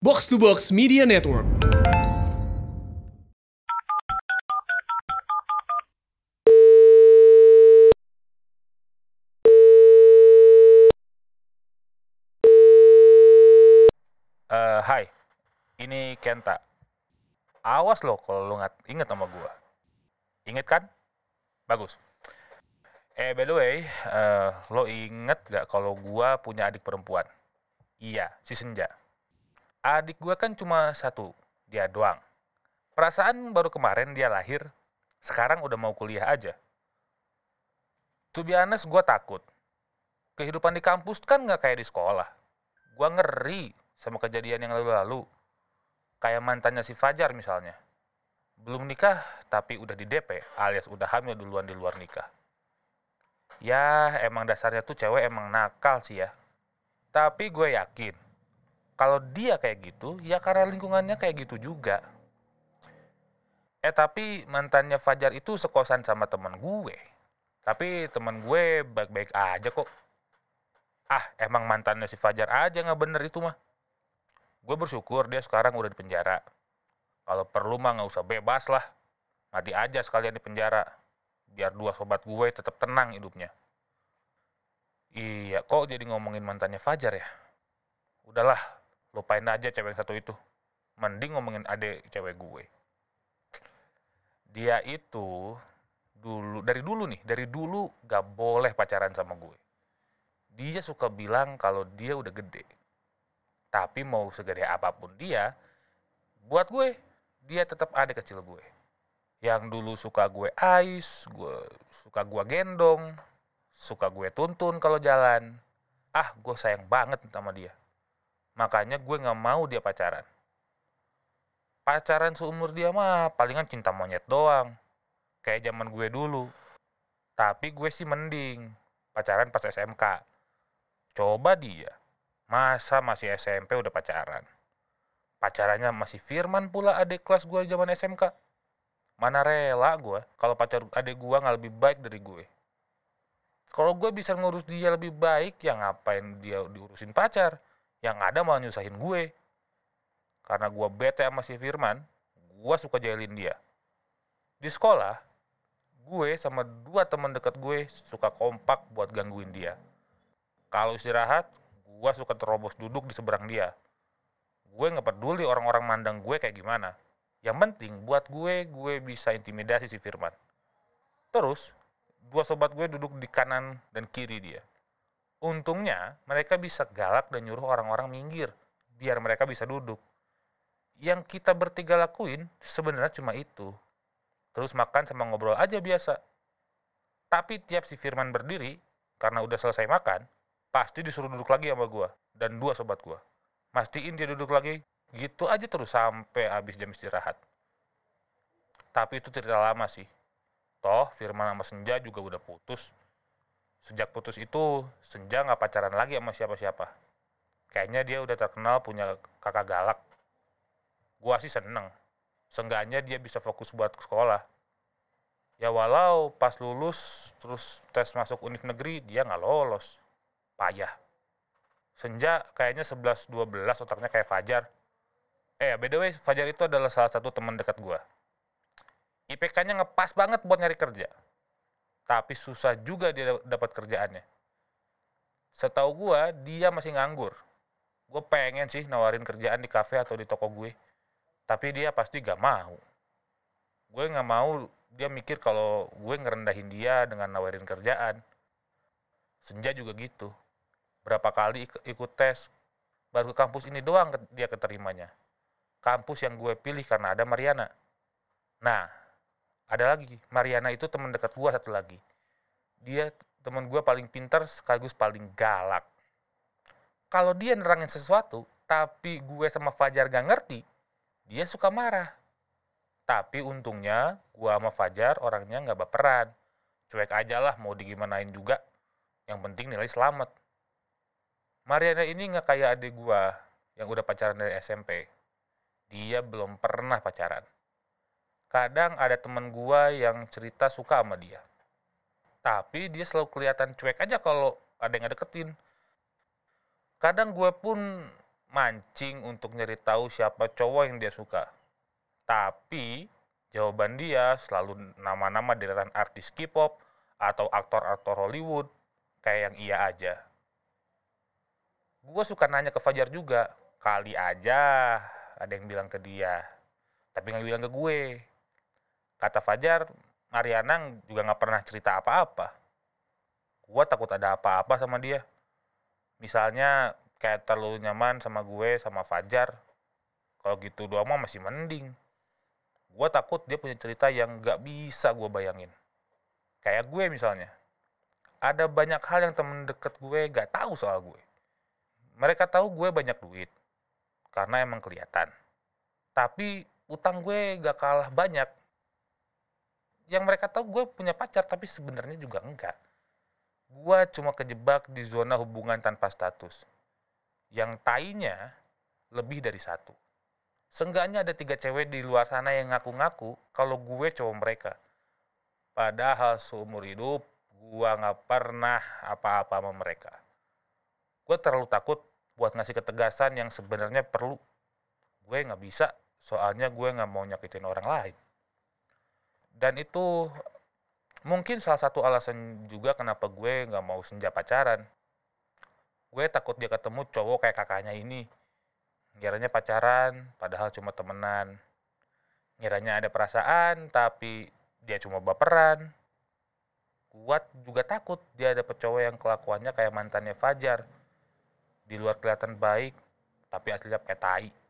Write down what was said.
Box to Box Media Network. Hai, ini Kenta. Awas lo kalau lo nggak inget sama gua. Inget kan? Bagus. By the way, lo inget gak kalau gua punya adik perempuan? Iya, si Senja. Adik gua kan cuma satu, dia doang. Perasaan baru kemarin dia lahir, sekarang udah mau kuliah aja. To be honest, gua takut. Kehidupan di kampus kan nggak kayak di sekolah. Gua ngeri sama kejadian yang lalu-lalu. Kayak mantannya si Fajar misalnya. Belum nikah, tapi udah di DP, alias udah hamil duluan di luar nikah. Ya, emang dasarnya tuh cewek emang nakal sih ya. Tapi gue yakin, kalau dia kayak gitu, ya karena lingkungannya kayak gitu juga. Tapi mantannya Fajar itu sekosan sama teman gue. Tapi teman gue baik-baik aja kok. Emang mantannya si Fajar aja nggak bener itu mah. Gue bersyukur dia sekarang udah di penjara. Kalau perlu mah nggak usah bebas lah. Mati aja sekalian di penjara. Biar dua sobat gue tetap tenang hidupnya. Iya, kok jadi ngomongin mantannya Fajar ya? Udahlah, lupain aja cewek satu itu. Mending ngomongin adek cewek gue. Dia itu dari dulu gak boleh pacaran sama gue. Dia suka bilang kalau dia udah gede. Tapi mau segede apapun dia, buat gue, dia tetap adek kecil gue. Yang dulu suka gue suka gue gendong, suka gue tuntun kalau jalan. Gue sayang banget sama dia. Makanya gue gak mau dia pacaran. Pacaran seumur dia mah palingan cinta monyet doang. Kayak zaman gue dulu. Tapi gue sih mending pacaran pas SMK. Coba dia, masa masih SMP udah pacaran. Pacarannya masih Firman pula adik kelas gue zaman SMK. Mana rela gue kalau pacar adik gue gak lebih baik dari gue. Kalau gue bisa ngurus dia lebih baik, ya ngapain dia diurusin pacar? Yang ada malah nyusahin gue. Karena gue bete sama si Firman, gue suka jailin dia. Di sekolah, gue sama dua teman dekat gue suka kompak buat gangguin dia. Kalau istirahat, gue suka terobos duduk di seberang dia. Gue gak peduli orang-orang mandang gue kayak gimana. Yang penting buat gue bisa intimidasi si Firman. Terus, dua sobat gue duduk di kanan dan kiri dia. Untungnya, mereka bisa galak dan nyuruh orang-orang minggir, biar mereka bisa duduk. Yang kita bertiga lakuin sebenarnya cuma itu. Terus makan sama ngobrol aja biasa. Tapi tiap si Firman berdiri, karena udah selesai makan, pasti disuruh duduk lagi sama gue dan dua sobat gue. Mastiin dia duduk lagi, gitu aja terus sampai habis jam istirahat. Tapi itu cerita lama sih. Toh Firman sama Senja juga udah putus. Sejak putus itu, Senja gak pacaran lagi sama siapa-siapa. Kayaknya dia udah terkenal punya kakak galak. Gua sih seneng. Seenggaknya dia bisa fokus buat sekolah. Ya walau pas lulus terus tes masuk univ negeri dia nggak lolos. Payah. Senja kayaknya 11-12 otaknya kayak Fajar. By the way, Fajar itu adalah salah satu teman dekat gua. IPK-nya ngepas banget buat nyari kerja. Tapi susah juga dia dapat kerjaannya. Setahu gua dia masih nganggur. Gue pengen sih nawarin kerjaan di kafe atau di toko gue. Tapi dia pasti gak mau. Gue gak mau dia mikir kalau gue ngerendahin dia dengan nawarin kerjaan. Senja juga gitu. Berapa kali ikut tes. Baru ke kampus ini doang dia keterimanya. Kampus yang gue pilih karena ada Mariana. Nah, ada lagi. Mariana itu teman dekat gue satu lagi. Dia teman gue paling pintar sekaligus paling galak. Kalau dia nerangin sesuatu, tapi gue sama Fajar gak ngerti, dia suka marah. Tapi untungnya, gue sama Fajar orangnya gak baperan. Cuek aja lah, mau digimanain juga. Yang penting nilai selamat. Mariana ini gak kayak adik gue yang udah pacaran dari SMP. Dia belum pernah pacaran. Kadang ada temen gue yang cerita suka sama dia. Tapi dia selalu kelihatan cuek aja kalau ada yang deketin. Kadang gue pun mancing untuk nyari tahu siapa cowok yang dia suka. Tapi jawaban dia selalu nama-nama deretan artis K-pop atau aktor-aktor Hollywood, kayak yang iya aja. Gue suka nanya ke Fajar juga, kali aja ada yang bilang ke dia, tapi nggak bilang ke gue. Kata Fajar, Mariana juga nggak pernah cerita apa-apa. Gue takut ada apa-apa sama dia. Misalnya kayak terlalu nyaman sama gue, sama Fajar. Kalau gitu doang mah masih mending. Gue takut dia punya cerita yang nggak bisa gue bayangin. Kayak gue misalnya. Ada banyak hal yang temen deket gue nggak tahu soal gue. Mereka tahu gue banyak duit. Karena emang kelihatan. Tapi utang gue gak kalah banyak. Yang mereka tahu gue punya pacar, tapi sebenarnya juga enggak. Gue cuma kejebak di zona hubungan tanpa status. Yang tainya lebih dari satu. Seenggaknya ada 3 cewek di luar sana yang ngaku-ngaku kalau gue cowok mereka. Padahal seumur hidup, gue gak pernah apa-apa sama mereka. Gue terlalu takut buat ngasih ketegasan yang sebenarnya perlu. Gue gak bisa, soalnya gue gak mau nyakitin orang lain. Dan itu mungkin salah satu alasan juga kenapa gue gak mau senja pacaran. Gue takut dia ketemu cowok kayak kakaknya ini. Ngiranya pacaran, padahal cuma temenan. Ngiranya ada perasaan, tapi dia cuma baperan. Kuat juga takut dia dapet cowok yang kelakuannya kayak mantannya Fajar. Di luar kelihatan baik, tapi aslinya kayak tai.